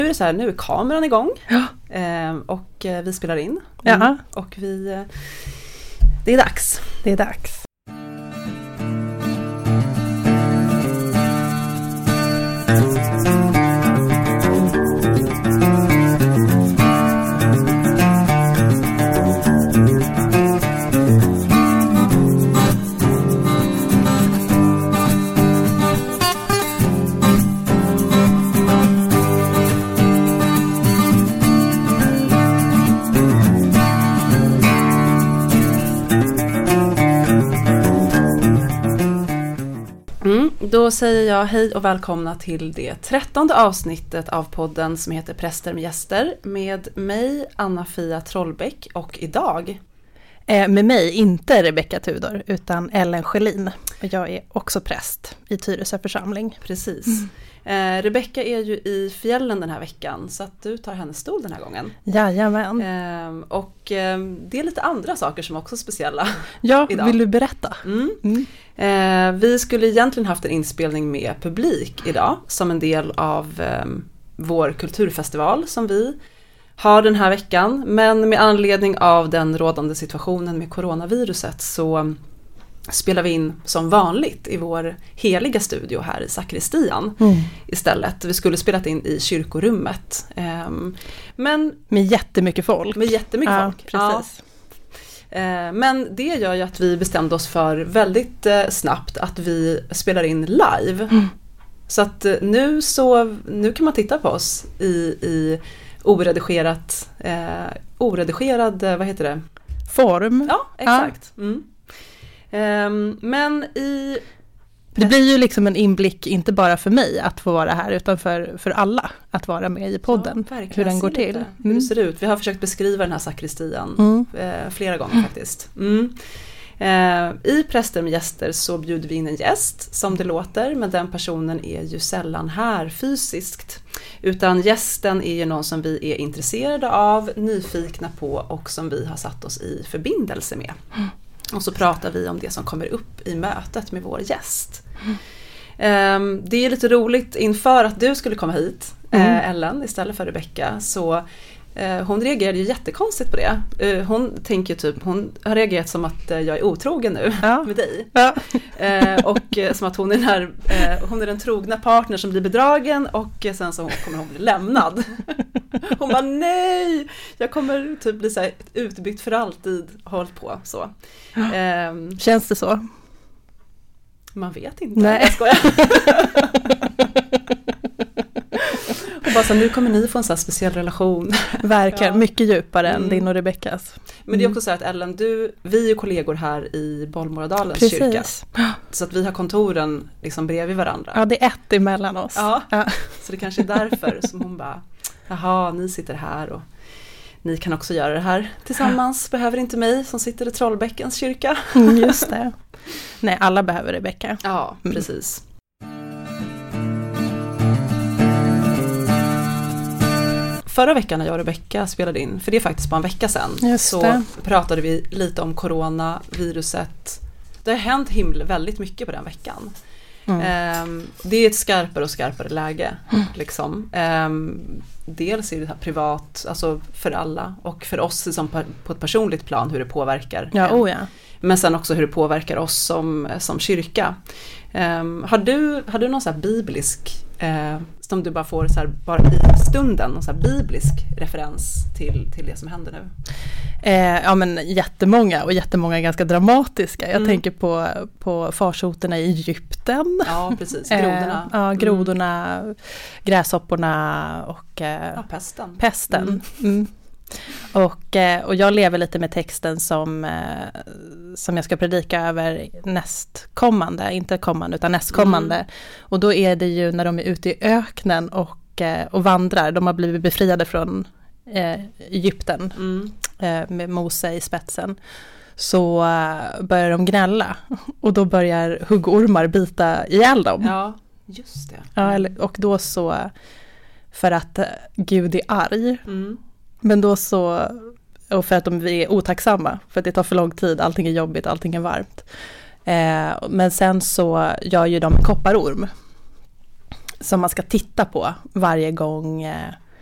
Nu är det så här, nu är kameran igång. Ja. Och vi spelar in. Ja. Och det är dags. Det är dags. Då säger jag hej och välkomna till det 13:e avsnittet av podden som heter Präster med gäster med mig Anna-Fia Trollbäck och idag med mig inte Rebecka Tudor utan Ellen Schelin. Jag är också präst i Tyresö församling. Precis. Rebecka är ju i fjällen den här veckan så att du tar hennes stol den här gången. Jajamän. Och det är lite andra saker som också är speciella. Ja, idag. Vill du berätta? Vi skulle egentligen haft en inspelning med publik idag som en del av vår kulturfestival som vi har den här veckan. Men med anledning av den rådande situationen med coronaviruset så spelar vi in som vanligt i vår heliga studio här i sakristian istället. Vi skulle spelat in i kyrkorummet. Men med jättemycket folk. Ja, precis. Ja. Men det gör ju att vi bestämde oss för väldigt snabbt att vi spelar in live. Så att nu kan man titta på oss i oredigerad, vad heter det? Form. Ja, exakt. Men det blir ju liksom en inblick inte bara för mig att få vara här utan för alla att vara med i podden. Ja, hur den går till. Hur det ser ut. Vi har försökt beskriva den här sakristian flera gånger faktiskt. I Präster med gäster så bjuder vi in en gäst som det låter, men den personen är ju sällan här fysiskt. Utan gästen är ju någon som vi är intresserade av, nyfikna på och som vi har satt oss i förbindelse med. Och så pratar vi om det som kommer upp i mötet med vår gäst. Det är lite roligt inför att du skulle komma hit, Ellen, istället för Rebecka. Så hon reagerade ju jättekonstigt på det. Hon tänker typ, hon har reagerat som att jag är otrogen nu med dig. Ja. Och som att hon är den trogna partner som blir bedragen och sen så kommer hon bli lämnad. Hon bara nej, jag kommer typ bli så här utbytt för alltid, hållt på så. Känns det så? Man vet inte. Nej. Jag skojar. Och bara så nu kommer ni få en så här speciell relation. Verkligen, mycket djupare än din och Rebeckas. Men det är också så att Ellen, vi är kollegor här i Bollmoradalens kyrka. Så att vi har kontoren liksom bredvid varandra. Ja, det är ett emellan oss. Ja. Så det kanske är därför som hon bara, jaha, ni sitter här och ni kan också göra det här tillsammans. Behöver inte mig som sitter i Trollbäckens kyrka. Just det. Nej, alla behöver Rebecka. Ja, precis. Förra veckan när jag och Rebecka spelade in, för det är faktiskt bara en vecka sedan, så pratade vi lite om coronaviruset. Det har hänt väldigt mycket på den veckan. Det är ett skarpare och skarpare läge. Liksom. Dels är det här privat, alltså för alla och för oss liksom på ett personligt plan hur det påverkar. Ja. Men sen också hur det påverkar oss som kyrka. Har du någon så här biblisk som du bara får så här, bara i stunden, någon så här biblisk referens till det som händer nu? Ja, men jättemånga ganska dramatiska. Jag tänker på farsoterna i Egypten. Ja, precis. Grodorna. Grodorna, gräshopporna och pesten. Och jag lever lite med texten som jag ska predika över nästkommande. Och då är det ju när de är ute i öknen och vandrar. De har blivit befriade från Egypten med Mose i spetsen. Så börjar de gnälla och då börjar huggormar bita ihjäl dem. Ja, just det. Ja, och då så för att Gud är arg. Men då så, och för att de är otacksamma, för att det tar för lång tid, allting är jobbigt, allting är varmt. Men sen så gör ju de en kopparorm som man ska titta på varje gång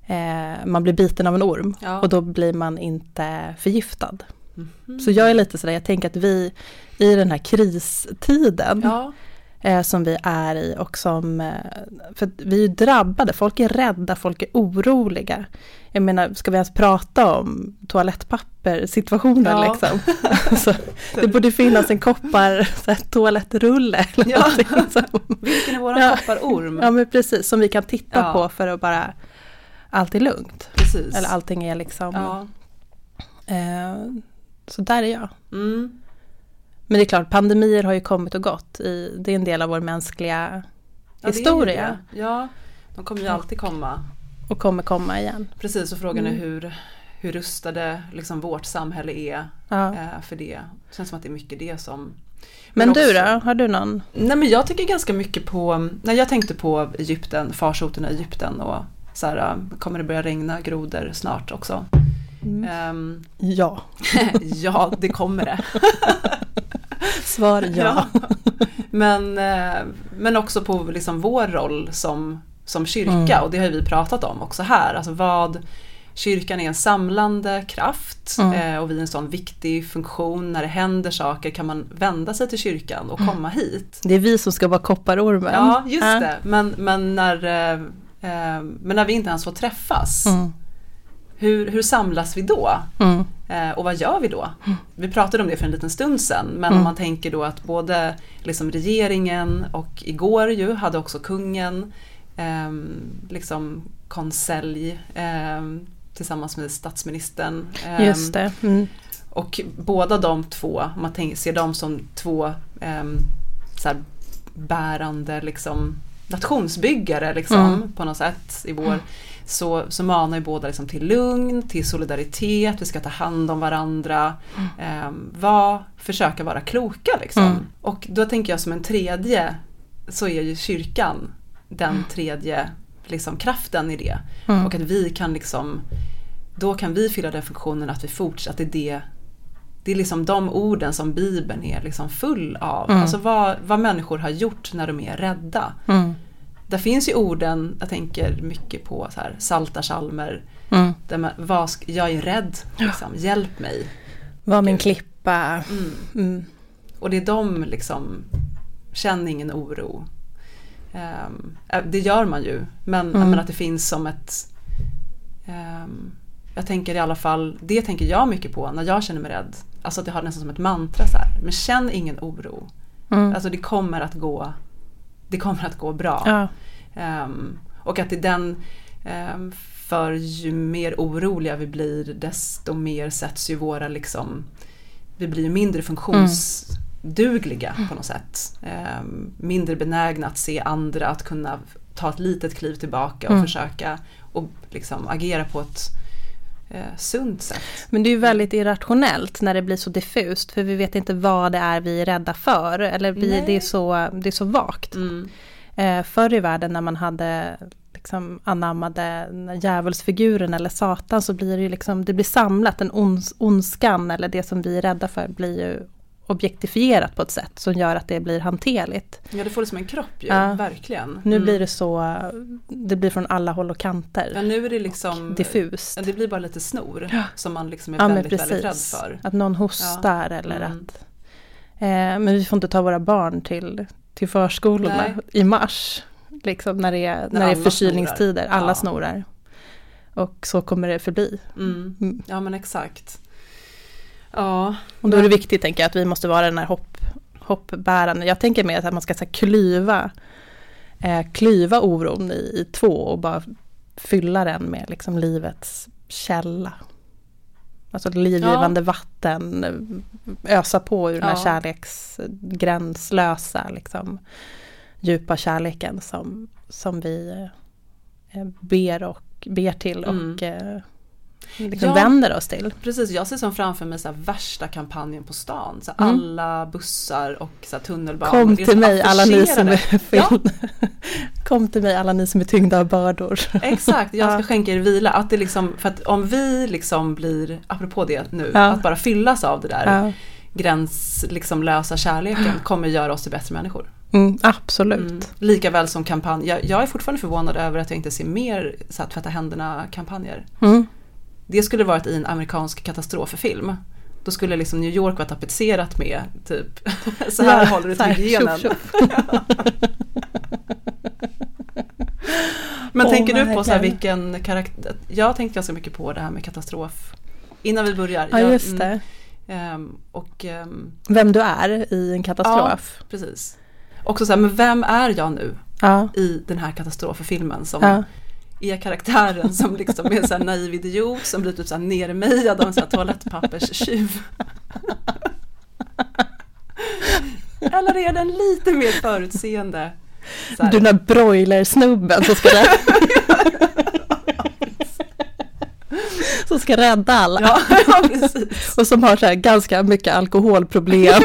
man blir biten av en orm och då blir man inte förgiftad. Så jag är lite sådär, jag tänker att vi i den här kristiden som vi är i och som, för vi är ju drabbade, folk är rädda, folk är oroliga. Jag menar, ska vi ens prata om toalettpapper-situationen liksom? Alltså, det borde finnas en toalettrulle eller någonting. Vilken är våran kopparorm? Ja, men precis, som vi kan titta på för att bara, allt är lugnt. Precis. Eller allting är liksom, så där är jag. Men det är klart, pandemier har ju kommit och gått. Det är en del av vår mänskliga historia. Ja, de kommer ju alltid komma. Och kommer komma igen. Precis, och frågan är hur rustade liksom vårt samhälle är för det. Det känns som att det är mycket det som... Men du då? Har du någon? Nej, men jag tycker ganska mycket på... När jag tänkte på Egypten, farsoterna i Egypten och så här, kommer det börja regna grodor snart också? Ja. Ja, det kommer det. Svar ja. Men också på liksom vår roll som kyrka, och det har vi pratat om också här. Alltså kyrkan är en samlande kraft och vi är en sån viktig funktion. När det händer saker kan man vända sig till kyrkan och komma hit. Det är vi som ska vara kopparormen. Ja, just det. Men när vi inte ens får träffas, hur samlas vi då? Och vad gör vi då? Vi pratade om det för en liten stund sedan, men om man tänker då att både liksom regeringen och igår ju hade också kungen liksom konselj tillsammans med statsministern. Just det. Och båda de två, om man ser dem som två så här bärande liksom nationsbyggare liksom, på något sätt i vår, så manar ju båda liksom till lugn, till solidaritet, vi ska ta hand om varandra, försöka vara kloka liksom. Och då tänker jag som en tredje, så är ju kyrkan den tredje liksom kraften i det. Och att vi kan liksom, då kan vi fylla den funktionen att vi fortsätter, det är liksom de orden som Bibeln är liksom full av. Alltså vad människor har gjort när de är rädda. Där finns ju orden, jag tänker mycket på så här psaltarpsalmer, där jag är rädd, liksom, hjälp mig. Var min klippa. Och det är de liksom, känn ingen oro. Det gör man ju, men att det finns som ett jag tänker i alla fall, det tänker jag mycket på när jag känner mig rädd. Alltså att jag har nästan som ett mantra så här, men känn ingen oro. Alltså det kommer att gå bra. Och att i den för ju mer oroliga vi blir, desto mer sätts ju våra liksom, vi blir ju mindre funktionsdugliga på något sätt. Mindre benägna att se andra, att kunna ta ett litet kliv tillbaka och försöka och liksom agera på ett sunt sätt. Men det är ju väldigt irrationellt när det blir så diffust, för vi vet inte vad det är vi är rädda för, eller det är så vagt. Förr i världen när man hade liksom anammade djävulsfiguren eller satan, så blir det ju liksom, det blir samlat, en ondskan eller det som vi är rädda för blir ju objektifierat på ett sätt som gör att det blir hanterligt. Ja, det får det som en kropp ju, verkligen. Nu blir det så, det blir från alla håll och kanter. Ja, nu är det liksom diffust. Det blir bara lite snor som man liksom är väldigt rädd för. Att någon hostar eller att men vi får inte ta våra barn till förskolorna i mars liksom, när det är förkylningstider, alla snorar. Och så kommer det förbli. Ja, men exakt. Ja. Och då är det viktigt, tänker jag, att vi måste vara den här hoppbärande. Jag tänker mer att man ska så här, klyva oron i två och bara fylla den med liksom livets källa. Alltså livgivande vatten, ösa på ur den här kärleksgränslösa liksom, djupa kärleken som vi ber till och liksom vänder oss till. Precis, jag ser som framför mig så här, värsta kampanjen på stan. Så här, alla bussar och så här, tunnelbanor. Kom till mig alla ni som är Kom till mig alla ni som är tyngda av bördor. Exakt, jag ska skänka er vila. Att det liksom, för att om vi liksom blir, apropå det nu, att bara fyllas av det där gränslösa kärleken kommer göra oss till bättre människor. Absolut. Lika väl som kampanj. Jag är fortfarande förvånad över att jag inte ser mer så här, tvätta händerna-kampanjer. Det skulle varit i en amerikansk katastroffilm. Då skulle liksom New York vara tapetserat med typ så här håller du till hygienen. Men tänker du på så här, vilken karaktär? Jag tänkte ganska mycket på det här med katastrof innan vi börjar. Ja, just det. Vem du är i en katastrof. Ja, precis. Också så här, men vem är jag nu i den här katastroffilmen som är karaktären som liksom är så här naiv idiot som blir typ så här nermejad av en så här toalettpapperstjuv. Eller är den lite mer förutseende? Du den där broiler-snubben som ska som ska rädda alla. Ja, precis. Och som har så här ganska mycket alkoholproblem.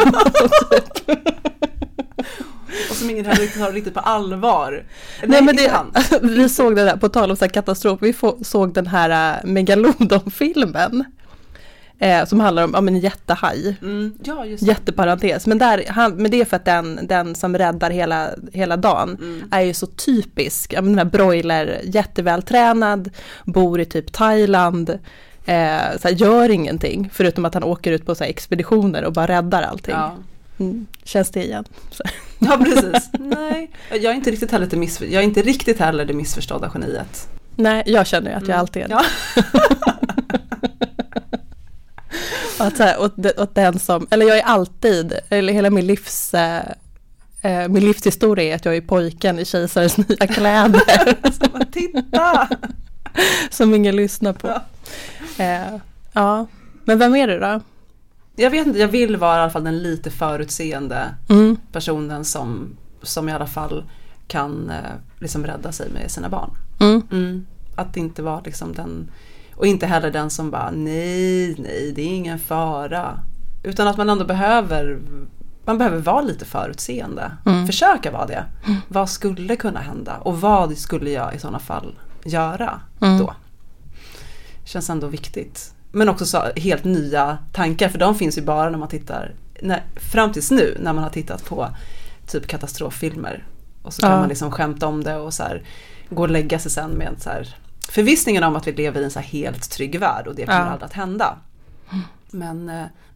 Och som ingen har riktigt på allvar. Nej, men vi såg det där, på tal om så här katastrof, vi såg den här Megalodon-filmen som handlar om en jättehaj. Ja, just det. Jätteparentes. Men det är för att den som räddar hela dagen är ju så typisk. Den här broiler, jättevältränad, bor i typ Thailand, så här, gör ingenting förutom att han åker ut på så här expeditioner och bara räddar allting. Ja. Känns det igen? Så. Ja, precis. Nej, jag är inte riktigt heller det missförstådda geniet. Nej, jag känner ju att jag alltid är det. Ja. Att så här, åt den som, eller jag är alltid, eller hela min livshistoria är att jag är pojken i kejsarens nya kläder. Som titta! Som ingen lyssnar på. Ja. Men vem är du då? Jag vet inte, jag vill vara i alla fall den lite förutseende personen som i alla fall kan liksom rädda sig med sina barn. Att inte vara liksom den, och inte heller den som bara nej, det är ingen fara. Utan att man ändå behöver vara lite förutseende. Försöka vara det. Vad skulle kunna hända? Och vad skulle jag i sådana fall göra då? Känns ändå viktigt. Men också så helt nya tankar, för de finns ju bara när man tittar fram tills nu när man har tittat på typ katastroffilmer. Och så kan man liksom skämta om det och så här, gå och lägga sig sen med en så här förvissningen om att vi lever i en så här helt trygg värld och det kommer aldrig att hända. Men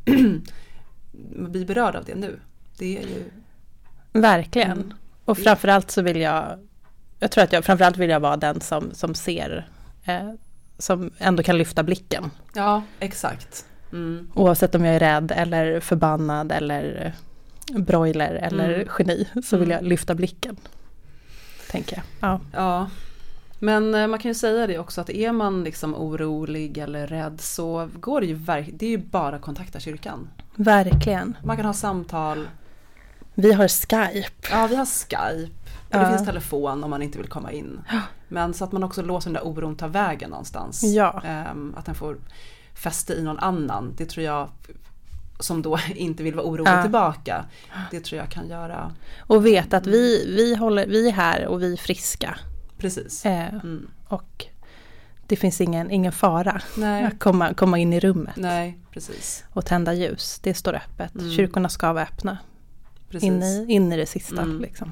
man blir berörd av det nu. Det är ju... Verkligen. Och framförallt så vill jag tror att framförallt vill jag vara den som ser, som ändå kan lyfta blicken. Ja, exakt. Oavsett om jag är rädd eller förbannad eller broiler eller geni, så vill jag lyfta blicken. Tänker jag. Ja. Men man kan ju säga det också, att är man liksom orolig eller rädd så går det ju det är ju bara att kontakta kyrkan. Verkligen. Man kan ha samtal. Vi har Skype. Ja, vi har Skype. Och det finns telefon om man inte vill komma in. Men så att man också låter den där oron ta vägen någonstans. Ja. Att den får fäste i någon annan. Det tror jag, som då inte vill vara orolig tillbaka. Det tror jag kan göra. Och veta att vi är här och vi är friska. Precis. Och det finns ingen fara att komma in i rummet. Nej, precis. Och tända ljus. Det står öppet. Kyrkorna ska vara öppna. Precis. In i det sista liksom.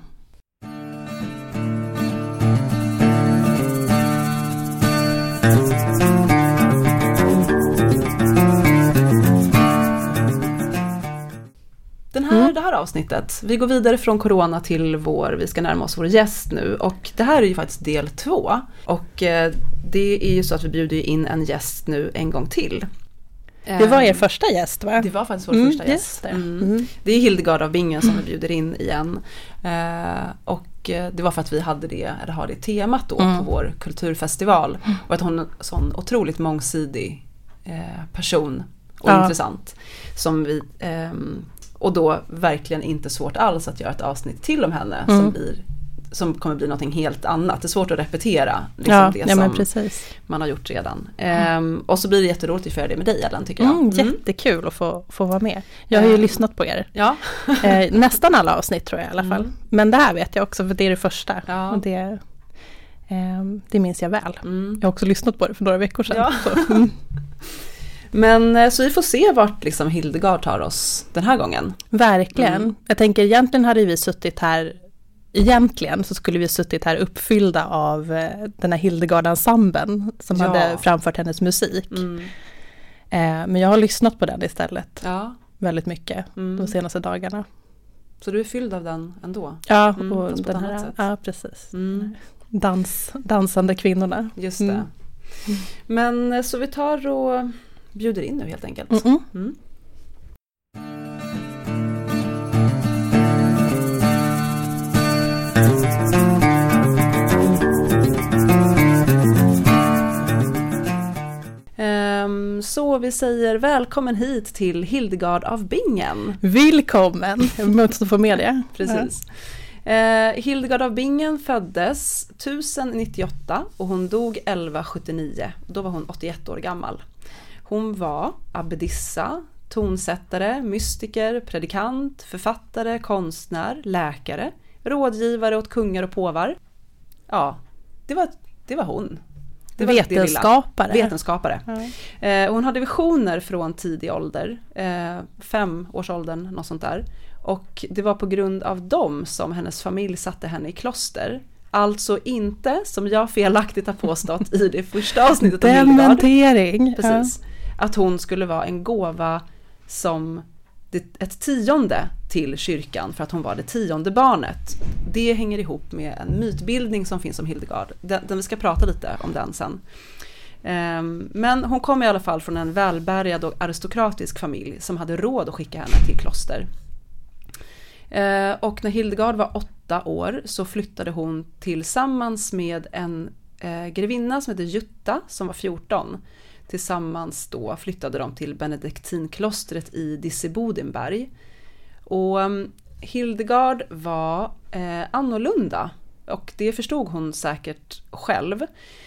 Det här avsnittet, vi går vidare från corona till vi ska närma oss vår gäst nu, och det här är ju faktiskt del 2, och det är ju så att vi bjuder in en gäst nu en gång till. Det var er första gäst, va? Det var faktiskt vår första gäst. Det är Hildegard av Bingen som vi bjuder in igen. Och det var för att vi har det temat då på vår kulturfestival. Och att hon är en sån otroligt mångsidig person och intressant. Som vi... och då verkligen inte svårt alls att göra ett avsnitt till om henne som kommer bli någonting helt annat. det är svårt att repetera liksom det som man har gjort redan. Och så blir det jätteroligt att få göra det med dig, Ellen, tycker jag. Jättekul att få vara med. Jag har ju lyssnat på er. Ja. Nästan alla avsnitt tror jag i alla fall. Men det här vet jag också, för det är det första. Ja. Och det minns jag väl. Jag har också lyssnat på det för några veckor sedan. Ja. Mm. Så vi får se vart liksom Hildegard tar oss den här gången. Verkligen. Jag tänker egentligen hade vi suttit här, så skulle vi suttit här uppfyllda av den här Hildegard-ensemblen som hade framfört hennes musik. Men jag har lyssnat på den istället väldigt mycket de senaste dagarna. Så du är fylld av den ändå? Ja, och den här, ja precis. Dansande kvinnorna. Just det. Men så vi tar och bjuder in nu helt enkelt. Så vi säger välkommen hit till Hildegard av Bingen. Välkommen, jag måste få med det. Precis. Hildegard av Bingen föddes 1098 och hon dog 1179. Då var hon 81 år gammal. Hon var abbedissa, tonsättare, mystiker, predikant, författare, konstnär, läkare, rådgivare åt kungar och påvar. Ja, det var hon. Det var Vetenskapare. Ja. Hon hade visioner från tidig ålder, 5-årsåldern, något sånt där. Och det var på grund av dem som hennes familj satte henne i kloster. Alltså inte, som jag felaktigt har påstått i det första avsnittet av Hildegard. Dementering. Precis. Att hon skulle vara en gåva som ett 10:e till kyrkan för att hon var det 10:e barnet. Det hänger ihop med en mytbildning som finns om Hildegard. Den vi ska prata lite om den sen. Men hon kom i alla fall från en välbärgad och aristokratisk familj som hade råd att skicka henne till kloster. Och när Hildegard var 8 år så flyttade hon tillsammans med en grevinna som heter Jutta som var 14. Tillsammans då flyttade de till Benediktinklostret i Dissebodenberg. Och Hildegard var annorlunda och det förstod hon säkert själv.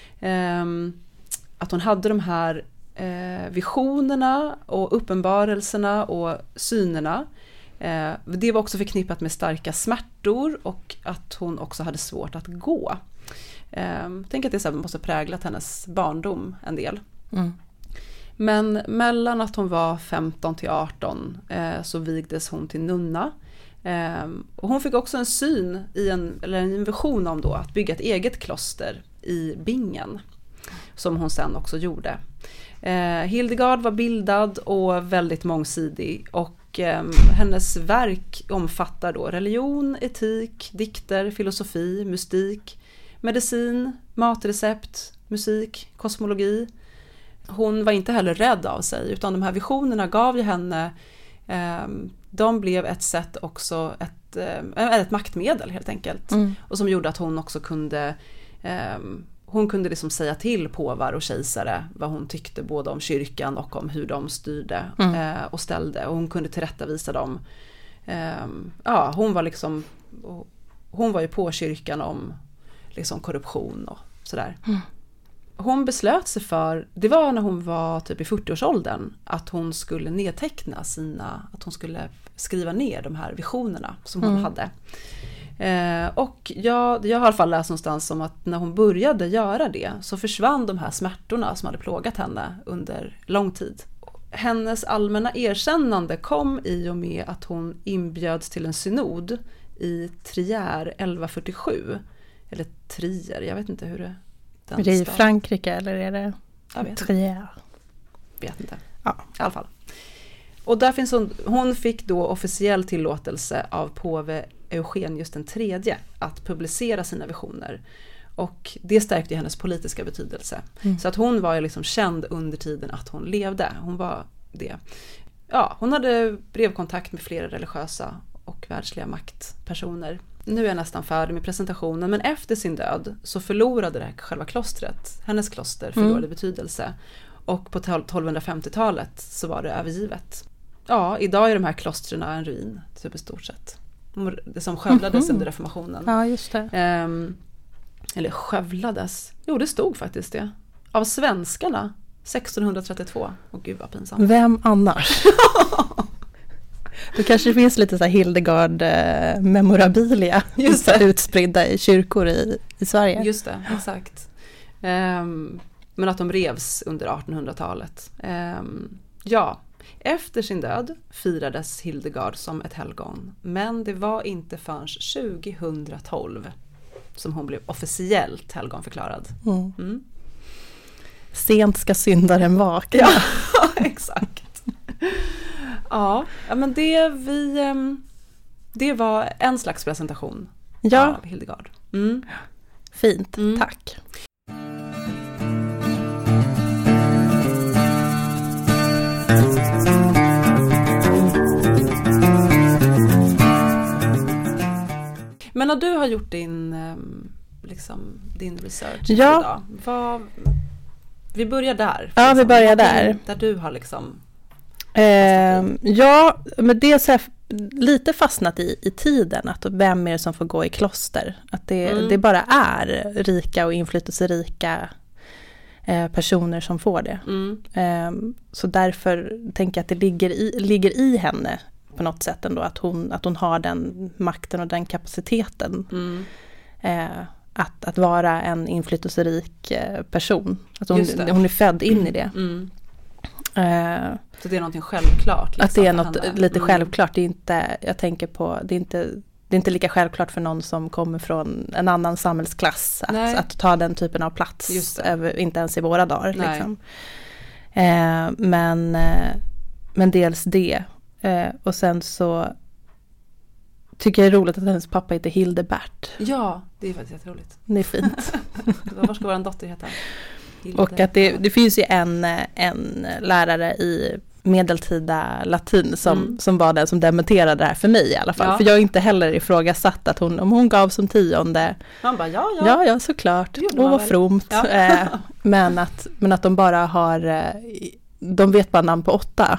Att hon hade de här visionerna och uppenbarelserna och synerna. Det var också förknippat med starka smärtor och att hon också hade svårt att gå. Tänk att det så måste präglat hennes barndom en del. Men mellan att hon var 15 till 18 så vigdes hon till nunna. Och hon fick också en syn en vision om då att bygga ett eget kloster i Bingen. Som hon sen också gjorde. Hildegard var bildad och väldigt mångsidig och hennes verk omfattar då religion, etik, dikter, filosofi, mystik, medicin, matrecept, musik, kosmologi. Hon var inte heller rädd av sig utan de här visionerna gav ju henne, de blev ett sätt också, ett maktmedel helt enkelt. Och som gjorde att hon också kunde liksom säga till påvar och kejsare vad hon tyckte både om kyrkan och om hur de styrde och ställde. Och hon kunde tillrättavisa dem. Hon var ju på kyrkan om liksom korruption och sådär. Hon beslöt sig för, det var när hon var typ i 40-årsåldern, att hon skulle nedteckna att hon skulle skriva ner de här visionerna som hon hade. Och jag har i alla fall läst någonstans om att när hon började göra det så försvann de här smärtorna som hade plågat henne under lång tid. Hennes allmänna erkännande kom i och med att hon inbjöds till en synod i Trier 1147. Eller Trier, jag vet inte hur det är det i Frankrike eller är det Trier? Vet inte. Ja, i alla fall. Och där finns hon fick då officiell tillåtelse av påve Eugenius den tredje att publicera sina visioner. Och det stärkte hennes politiska betydelse. Så att hon var ju liksom känd under tiden att hon levde. Hon var det. Ja, hon hade brevkontakt med flera religiösa och världsliga maktpersoner. Nu är jag nästan färdig med presentationen, men efter sin död så förlorade det själva klostret. Hennes kloster förlorade betydelse. Och på 1250-talet så var det övergivet. Ja, idag är de här klostren en ruin, typ i stort sett. Det som skövlades under reformationen. Ja, just det. Eller skövlades. Jo, det stod faktiskt det. Av svenskarna 1632. Åh gud vad pinsamt. Vem annars? Då kanske det finns lite så här Hildegard memorabilia utspridda i kyrkor i Sverige. Just det, exakt. Men att de revs under 1800-talet. Ja, efter sin död firades Hildegard som ett helgon, men det var inte förrän 2012 som hon blev officiellt helgonförklarad. Sent ska syndaren vakna. Ja, exakt. Ja, men det var en slags presentation av Hildegard. Fint, tack. Men när du har gjort din research idag, vi börjar där. Ja, vi börjar där. Där du har liksom... Ja, men det är så här, lite fastnat i tiden, att vem är det som får gå i kloster? Att det bara är rika och inflytelserika personer som får det. Så därför tänker jag att det ligger i henne på något sätt ändå, att hon har den makten och den kapaciteten att vara en inflytelserik person. Att hon är född in i det. Så det är någonting självklart. Liksom, att det är något lite självklart. Det är inte, jag tänker på, det är inte lika självklart för någon som kommer från en annan samhällsklass att ta den typen av plats. Inte ens i våra dagar. Liksom. Men dels det. Och sen så tycker jag det är roligt att hennes pappa heter Hildebert. Ja, det är faktiskt jätteroligt. Det är fint. Vad ska vår dotter heta? Och att det finns ju en lärare i medeltida latin som var den som dementerade det här för mig i alla fall. För jag har inte heller ifrågasatt att om hon gav som 10:e. Man bara ja såklart. Och var fromt. Ja. Men att de bara har, de vet bara namn på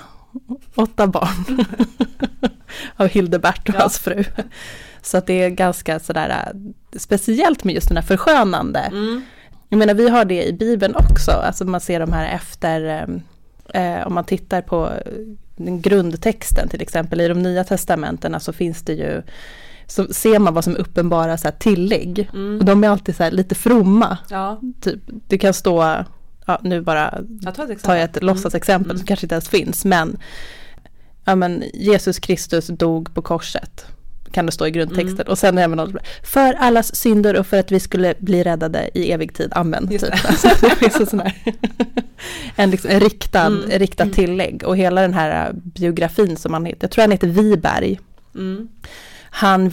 8 barn av Hildebert och hans fru. Så att det är ganska sådär speciellt med just den här förskönande. Jag menar, vi har det i Bibeln också. Alltså man ser de här efter, om man tittar på den grundtexten till exempel i de nya testamentena, så finns det ju, så ser man vad som uppenbara så här tillägg. Och de är alltid så här lite fromma. Ja. Typ, det kan stå, nu bara tar jag ett låtsasexempel som kanske inte ens finns, men Jesus Kristus dog på korset, kan det stå i grundtexten. Och sen även något, för allas synder och för att vi skulle bli räddade i evig tid. Amen. Typ. Alltså, det finns en sån här en riktad tillägg. Och hela den här biografin som han heter, jag tror han heter Wiberg. Han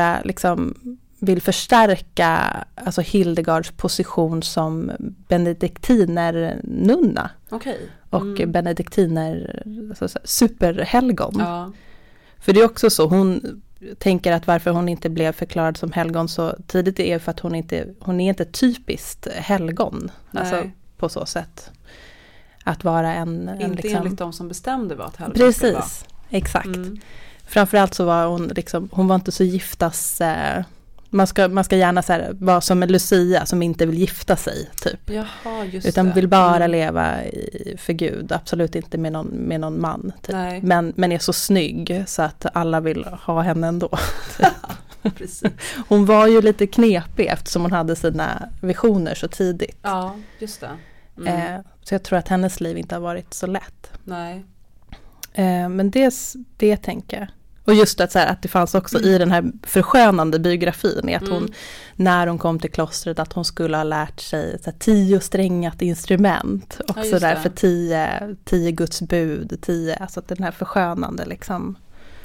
vill förstärka alltså Hildegards position som benediktiner-nunna. Och benediktiner, alltså, superhelgon. Ja. För det är också så, hon tänker att varför hon inte blev förklarad som helgon så tidigt är för att hon är inte typiskt helgon. Alltså på så sätt. Att vara en inte enligt de som bestämde vad ett helgon precis, skulle vara. Exakt. Framförallt så var hon var inte så giftas... Man ska gärna så här, vara som en Lucia som inte vill gifta sig typ. Jaha, just utan vill bara leva för Gud, absolut inte med någon man typ. Men är så snygg så att alla vill ha henne ändå. Typ. Precis. Hon var ju lite knepig eftersom hon hade sina visioner så tidigt. Ja, just det. Så jag tror att hennes liv inte har varit så lätt. Nej. Men det tänker jag. Och just att det fanns också i den här förskönande biografin, att hon, när hon kom till klostret, att hon skulle ha lärt sig 10 strängat instrument. Och så där för 10 Guds bud, 10, alltså den här förskönande liksom,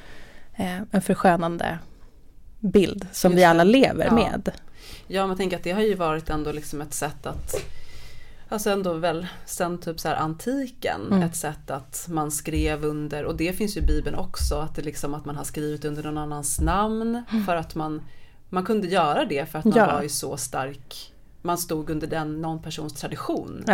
en förskönande bild som vi alla lever med. Ja, men jag tänker att det har ju varit ändå liksom ett sätt att, alltså ändå väl sen typ så här antiken, ett sätt att man skrev under, och det finns ju i Bibeln också, att det liksom att man har skrivit under någon annans namn för att man kunde göra det för att man var ju så stark, man stod under någon persons tradition.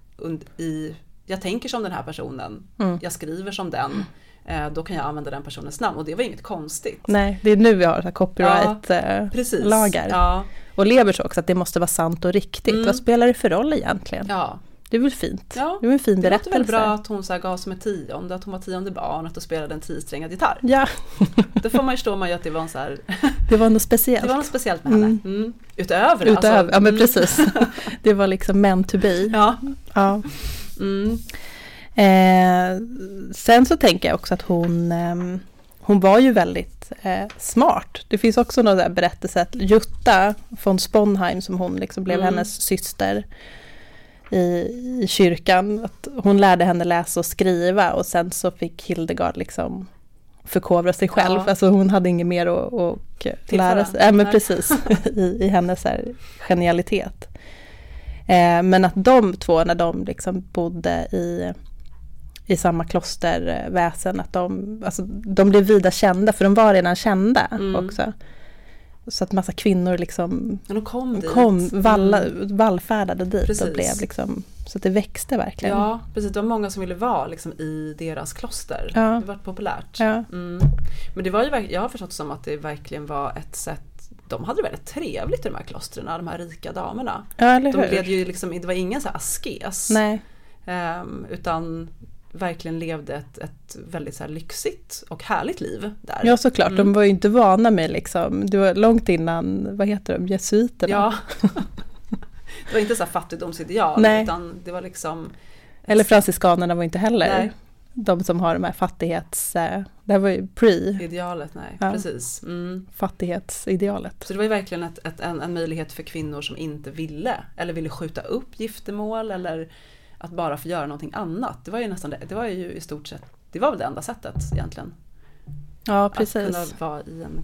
Jag tänker som den här personen, jag skriver som den, då kan jag använda den personens namn, och det var inget konstigt. Nej, det är nu vi har copyright-lagar. Ja. Och lever så också att det måste vara sant och riktigt. Vad spelar det för roll egentligen? Ja. Det är väl fint. Ja. Det är en fin berättelse. Det låter väl bra att hon så här gav som ett 10:e, att hon var 10:e barnet och spelade en 10-strängad gitarr. Ja. Då får man ju förstå att det var en så här... Det var något speciellt. Det var något speciellt med henne. Utöver. Alltså. Ja, men precis. Det var liksom meant to be. Ja. Ja. Sen så tänker jag också att hon var ju väldigt smart. Det finns också någon där berättelse att Jutta von Sponheim, som hon liksom blev hennes syster i kyrkan, att hon lärde henne läsa och skriva, och sen så fick Hildegard liksom förkovra sig själv. Ja. Alltså hon hade inget mer att lära sig. Men precis, i hennes här genialitet. Men att de två, när de liksom bodde i samma klosterväsen, att de blev vida kända, för de var redan kända också. Så att massa kvinnor liksom vallfärdade dit. Precis. Och blev liksom, så att det växte verkligen. Ja, precis. Det var många som ville vara liksom i deras kloster. Ja. Det var populärt. Ja. Men det var ju, jag har förstått som att det verkligen var ett sätt. De hade det väldigt trevligt i de här klostren, de här rika damerna. Ja, eller hur? De levde ju liksom, det var ingen så här askes. Nej. Utan verkligen levde ett väldigt så här lyxigt och härligt liv där. Ja, såklart. De var ju inte vana med liksom, det var långt innan, vad heter de, jesuiterna. Ja. Det var inte så här fattigdomsideal. Nej. Utan det var liksom. Eller franciskanerna var inte heller. Nej. De som har de här det här var ju idealet, nej. Ja. Precis. Fattighetsidealet. Så det var ju verkligen en möjlighet för kvinnor som inte ville skjuta upp giftermål, eller att bara få göra någonting annat. Det var ju nästan det var ju i stort sett, det var väl det enda sättet egentligen. Ja, precis. Att kunna vara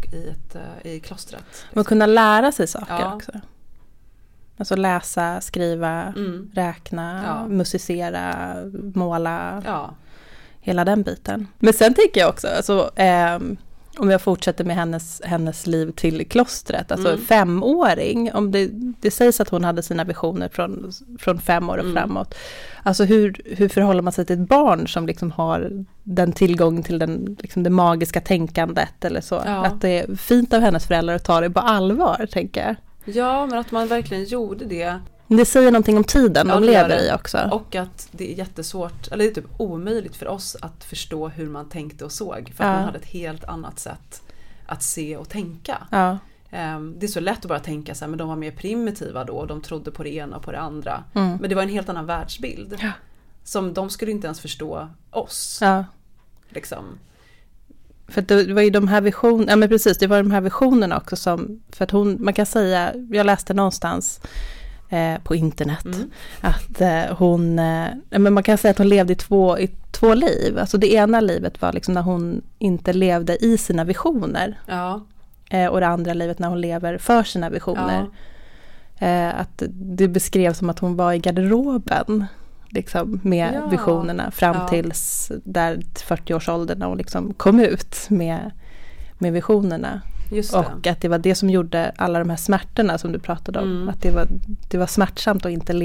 i klostret. Liksom. Och kunna lära sig saker också. Alltså läsa, skriva, räkna, musicera, måla. Ja. Hela den biten. Men sen tänker jag också, alltså, om jag fortsätter med hennes liv till klostret, alltså 5-åring, om det sägs att hon hade sina visioner från 5 år och framåt. Alltså hur förhåller man sig till ett barn som liksom har den tillgång till liksom det magiska tänkandet eller så? Ja. Att det är fint av hennes föräldrar att ta det på allvar, tänker jag. Ja, men att man verkligen gjorde det. Det säger någonting om tiden de lever i också. Och att det är jättesvårt, eller det är typ omöjligt för oss att förstå hur man tänkte och såg. För att man hade ett helt annat sätt att se och tänka. Ja. Det är så lätt att bara tänka så här, men de var mer primitiva då. Och de trodde på det ena och på det andra. Men det var en helt annan världsbild. Ja. Som de skulle inte ens förstå oss. Ja. Liksom. För det var ju de här visionerna, ja men precis, det var de här visionerna också som, för att man kan säga, jag läste någonstans på internet att men man kan säga att hon levde i två liv. Alltså det ena livet var liksom när hon inte levde i sina visioner. Ja. Och det andra livet när hon lever för sina visioner. Ja. Att det beskrevs som att hon var i garderoben liksom, med visionerna fram tills där 40-årsåldern när hon liksom kom ut med visionerna. Just det. Och att det var det som gjorde alla de här smärtorna som du pratade om. Att det var smärtsamt att inte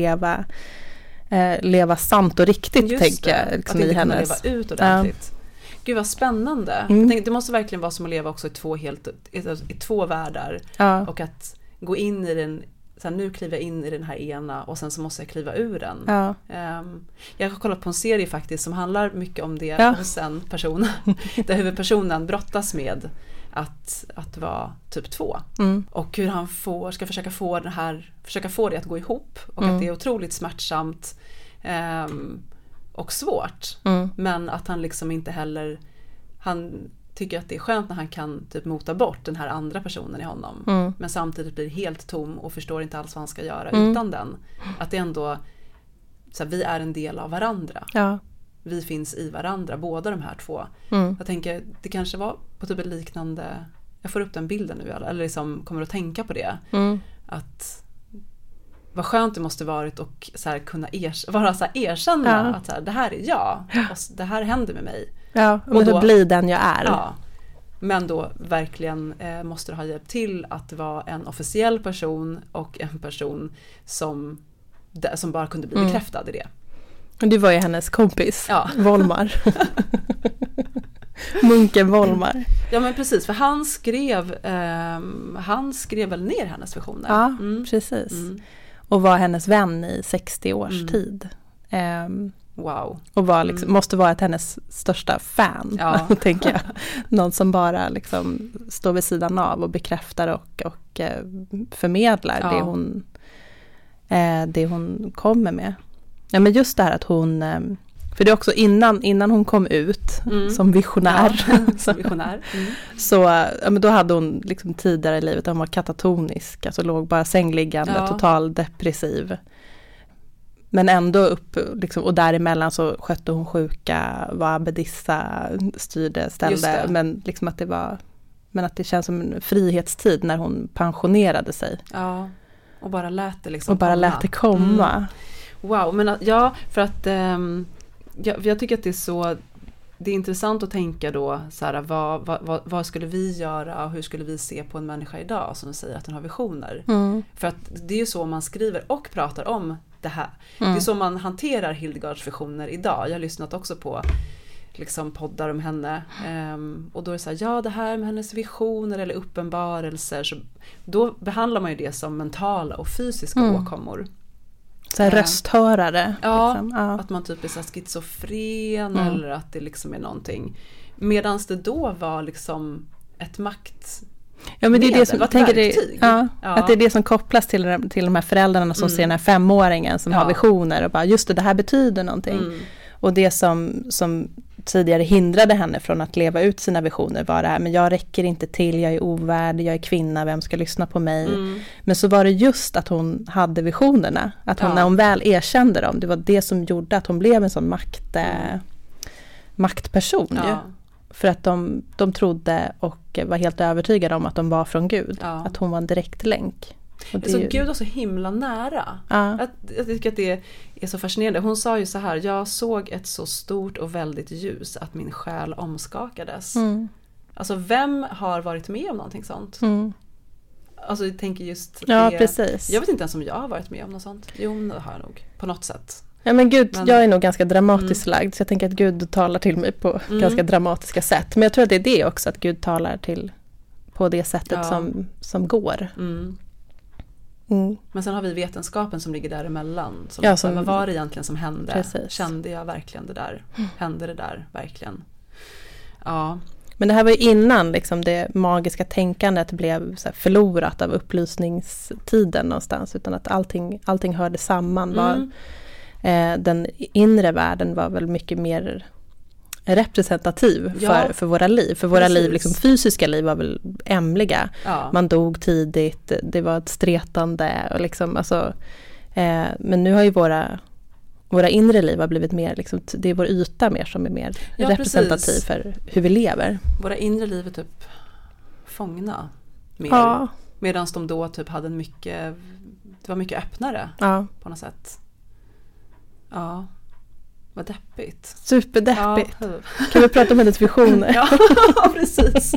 leva sant och riktigt. Just tänker jag. Liksom, att inte kunna leva ut ordentligt. Ja. Gud vad spännande. Det måste verkligen vara som att leva också i två världar. Ja. Och att gå in i den, så här, nu kliver jag in i den här ena och sen så måste jag kliva ur den. Ja. Jag har kollat på en serie faktiskt som handlar mycket om det hos en person. Där huvudpersonen brottas med att vara typ 2. Och hur han ska försöka få det att gå ihop. Och att det är otroligt smärtsamt och svårt. Men att han liksom inte heller, han tycker att det är skönt när han kan typ mota bort den här andra personen i honom. Men samtidigt blir helt tom och förstår inte alls vad han ska göra utan den. Att det ändå, så här, vi är en del av varandra. Ja. Vi finns i varandra, båda de här två. Jag tänker, det kanske var på typ ett liknande, jag får upp den bilden nu, eller liksom kommer att tänka på det. Att vad skönt det måste varit och så här, kunna vara så här, erkänna att så här, det här är jag, och det här händer med mig. Ja, och då blir den jag är. Ja, men då verkligen måste det ha hjälpt till att vara en officiell person och en person som bara kunde bli bekräftad i det. Och det var ju hennes kompis, Volmar. Munken Volmar. Ja men precis, för han skrev väl ner hennes visioner. Ja, precis. Och var hennes vän i 60 års tid. Wow. Och var liksom, måste vara hennes största fan, tänker jag. Någon som bara liksom står vid sidan av och bekräftar och förmedlar det hon kommer med. Ja, men just det här att För det är också innan hon kom ut som visionär. Ja, som visionär. Så men då hade hon liksom tidigare i livet, hon var katatonisk, alltså låg bara sängliggande, total depressiv. Men ändå upp, liksom, och däremellan så skötte hon sjuka, var abbedissa, styrde, ställde. Men liksom att det känns som en frihetstid när hon pensionerade sig. Ja, och bara lät det liksom lät det komma. Wow, men för att jag tycker att det är intressant att tänka då så här, vad skulle vi göra och hur skulle vi se på en människa idag som säger att den har visioner. För att det är ju så man skriver och pratar om det här. Det är så man hanterar Hildegards visioner idag. Jag har lyssnat också på liksom poddar om henne och då är det så här, det här med hennes visioner eller uppenbarelser, så då behandlar man ju det som mentala och fysiska åkommor. Så här rösthörare. Ja, liksom. Ja, att man typ är så schizofren eller att det liksom är någonting. Medan det då var liksom ett makt. Ja, men det är det som jag tänker att det är det som kopplas till de här föräldrarna som ser den här 5-åringen som har visioner och bara just det här betyder någonting. Och det som tidigare hindrade henne från att leva ut sina visioner var det här, men jag räcker inte till, jag är ovärdig, jag är kvinna, vem ska lyssna på mig? Men så var det just att hon hade visionerna, att hon, när hon väl erkände dem, det var det som gjorde att hon blev en sån maktperson. Ja. För att de trodde och var helt övertygade om att de var från Gud, att hon var en direkt länk. Så Gud var så himla nära. Jag tycker att det är så fascinerande. Hon sa ju så här, jag såg ett så stort och väldigt ljus att min själ omskakades. Alltså vem har varit med om någonting sånt? Alltså jag tänker just det. Precis. Jag vet inte ens om jag har varit med om något sånt. Jo, det har jag nog, på något sätt. Ja, men Gud, jag är nog ganska dramatiskt lagd, så jag tänker att Gud talar till mig på ganska dramatiska sätt. Men jag tror att det är det också, att Gud talar till på det sättet som går. Men sen har vi vetenskapen som ligger däremellan. Vad var det egentligen som hände? Precis. Kände jag verkligen det där? Hände det där verkligen? Ja. Men det här var ju innan liksom, det magiska tänkandet blev så här förlorat av upplysningstiden någonstans. Utan att allting hörde samman. Den inre världen var väl mycket mer representativ för våra liv. För våra liv, liksom fysiska liv var väl ämliga. Man dog tidigt, det var ett stretande och liksom, alltså, men nu har ju våra inre liv har blivit mer, liksom, det är vår yta mer som är mer representativ för hur vi lever. Våra inre liv är typ fångna mer. Medan de då typ hade det var mycket öppnare på något sätt. Ja. Vad deppigt. Superdeppigt. Kan vi prata om hennes visioner? Ja, precis.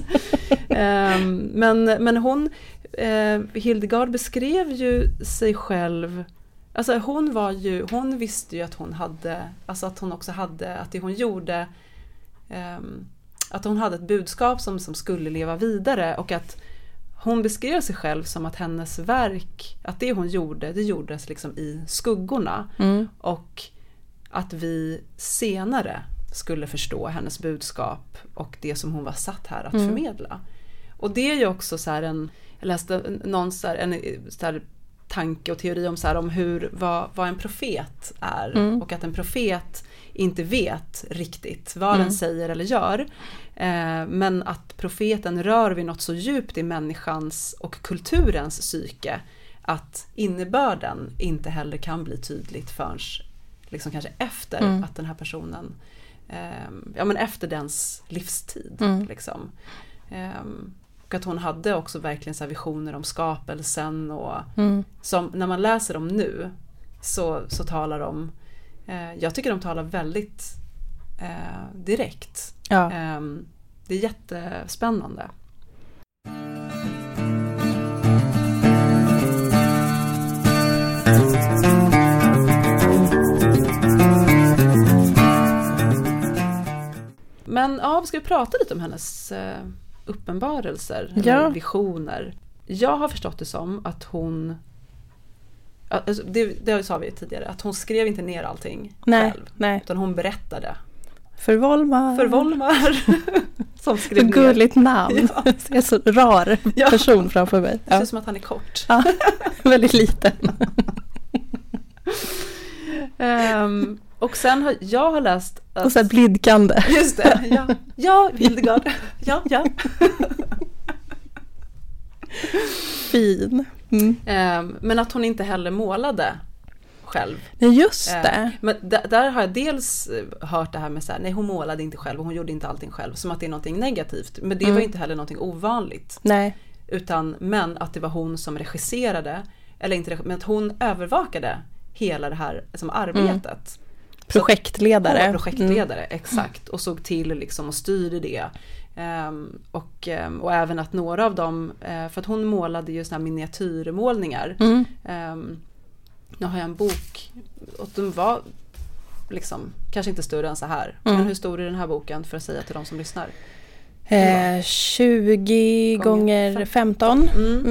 Men hon, Hildegard beskrev ju sig själv, alltså hon visste ju att hon hade, alltså att hon också hade, att det hon gjorde, att hon hade ett budskap som skulle leva vidare, och att hon beskrev sig själv som att hennes verk, att det hon gjorde, det gjordes liksom i skuggorna, och att vi senare skulle förstå hennes budskap och det som hon var satt här att förmedla. Och det är ju också så här jag läste någon så här tanke och teori om så här, om vad en profet är, och att en profet inte vet riktigt vad den säger eller gör, men att profeten rör vid något så djupt i människans och kulturens psyke att innebörden inte heller kan bli tydligt förrän liksom kanske efter att den här personen efter dens livstid liksom. Och att hon hade också verkligen så här visioner om skapelsen, och som när man läser dem nu så talar de, jag tycker de talar väldigt direkt. Det är jättespännande. Men ska vi prata lite om hennes uppenbarelser eller visioner. Jag har förstått det som att hon, alltså det sa vi tidigare, att hon skrev inte ner allting själv, utan hon berättade. För Volmar. Som skrev ner. Gulligt namn. Ja. Det är så rar person framför mig. Det ser som att han är kort. Väldigt liten. Och sen jag har läst... Och så här blidkande. Just det, ja Hildegard. Ja. Fin. Men att hon inte heller målade själv. Nej, just det. Men där har jag dels hört det här med så här, nej hon målade inte själv och hon gjorde inte allting själv, som att det är någonting negativt. Men det var inte heller någonting ovanligt. Nej. Men att det var hon som regisserade, eller inte, men att hon övervakade hela det här som arbetet. Projektledare. Exakt. Och såg till liksom och styrde det. Och även att några av dem, för att hon målade ju såna här miniatyrmålningar. Nu har jag en bok och de var liksom kanske inte större än så här. Men hur stor är den här boken för att säga till de som lyssnar? 20 gånger 15.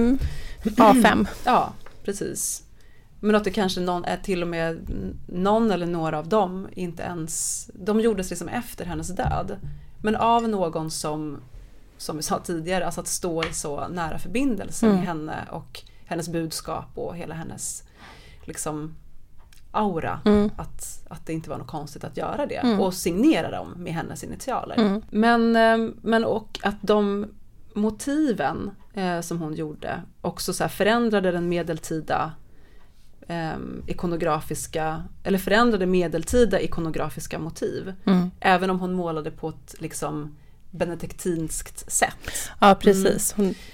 A5. Ja, precis. Men att det kanske är till och med någon eller några av dem inte ens, de gjordes liksom efter hennes död. Men av någon som vi sa tidigare, alltså att stå i så nära förbindelse med henne och hennes budskap och hela hennes liksom aura, att det inte var något konstigt att göra det och signera dem med hennes initialer. Men och att de motiven som hon gjorde också så här förändrade den medeltida ikonografiska, eller förändrade medeltida ikonografiska motiv. Även om hon målade på ett liksom benediktinskt sätt. Ja, precis.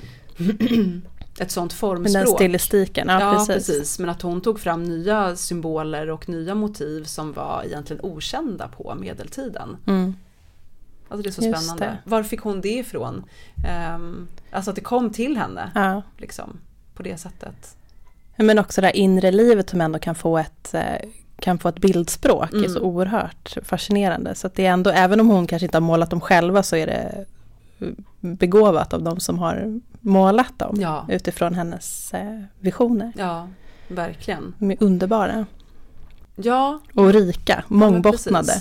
Ett sånt formspråk. Den stilistiken, ja, precis. Men att hon tog fram nya symboler och nya motiv som var egentligen okända på medeltiden. Alltså det är så spännande. Var fick hon det ifrån? Alltså att det kom till henne liksom, på det sättet. Men också det här inre livet som ändå kan få ett bildspråk är så oerhört fascinerande. Så att det är ändå, även om hon kanske inte har målat dem själva, så är det begåvat av de som har målat dem utifrån hennes visioner. Ja, verkligen. De är underbara. Ja. Och rika, mångbottnade.